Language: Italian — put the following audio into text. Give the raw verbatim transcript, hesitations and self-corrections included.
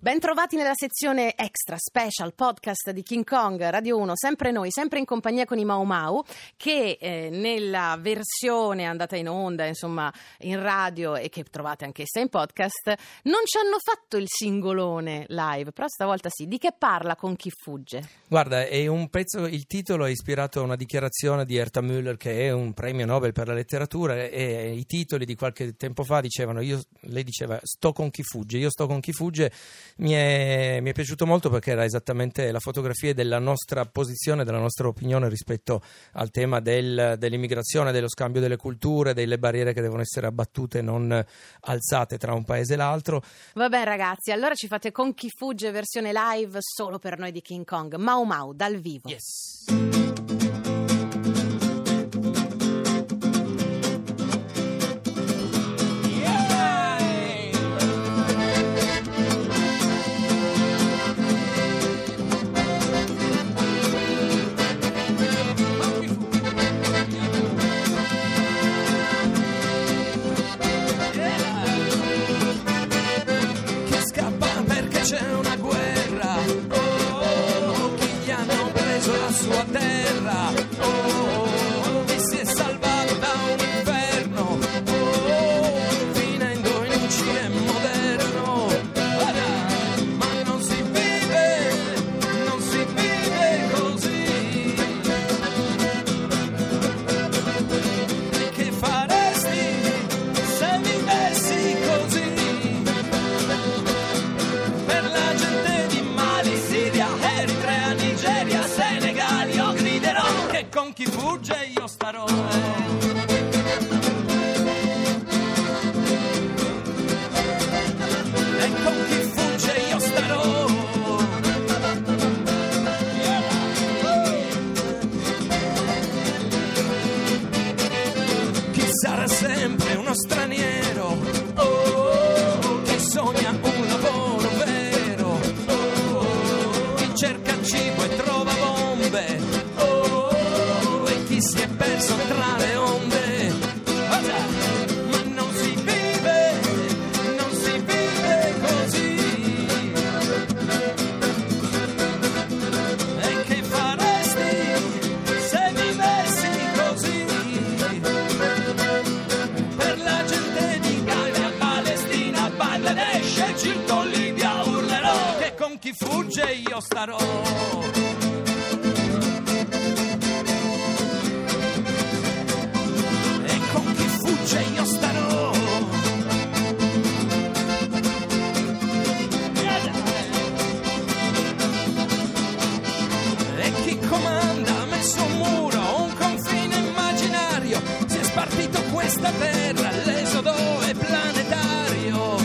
Bentrovati nella sezione Extra Special Podcast di King Kong Radio uno, sempre noi, sempre in compagnia con i Mau Mau, che eh, nella versione andata in onda, insomma, in radio e che trovate anch'essa in podcast, non ci hanno fatto il singolone live, però stavolta sì. Di che parla Con chi fugge? Guarda, è un pezzo, il titolo è ispirato a una dichiarazione di Herta Müller, che è un premio Nobel per la letteratura, e i titoli di qualche tempo fa dicevano, io, lei diceva sto con chi fugge, io sto con chi fugge. Mi è, mi è piaciuto molto perché era esattamente la fotografia della nostra posizione, della nostra opinione rispetto al tema del, dell'immigrazione, dello scambio delle culture, delle barriere che devono essere abbattute e non alzate tra un paese e l'altro. Vabbè ragazzi, allora ci fate Con chi fugge versione live solo per noi di King Kong. Mau Mau dal vivo. Yes. C'è una guerra, oh, chi gli hanno preso la sua terra, oh, chi si è salvato da un inferno, oh, finendo in un cinema moderno, ma non si vive, non si vive così. Che faresti se vivessi così? Con chi fugge io starò, e con chi fugge io starò, chi sarà sempre uno straniero, oh, chi sogna un lavoro vero, oh, chi cerca cibo e trova bombe, si è perso tra le onde, ma non si vive, non si vive così. E che faresti se vivessi così? Per la gente di Gaza, Palestina, Bangladesh, Egitto, Libia, urlerò che con chi fugge io starò. Io starò, e chi comanda ha messo un muro, un confine immaginario, si è spartito questa terra, l'esodo è planetario.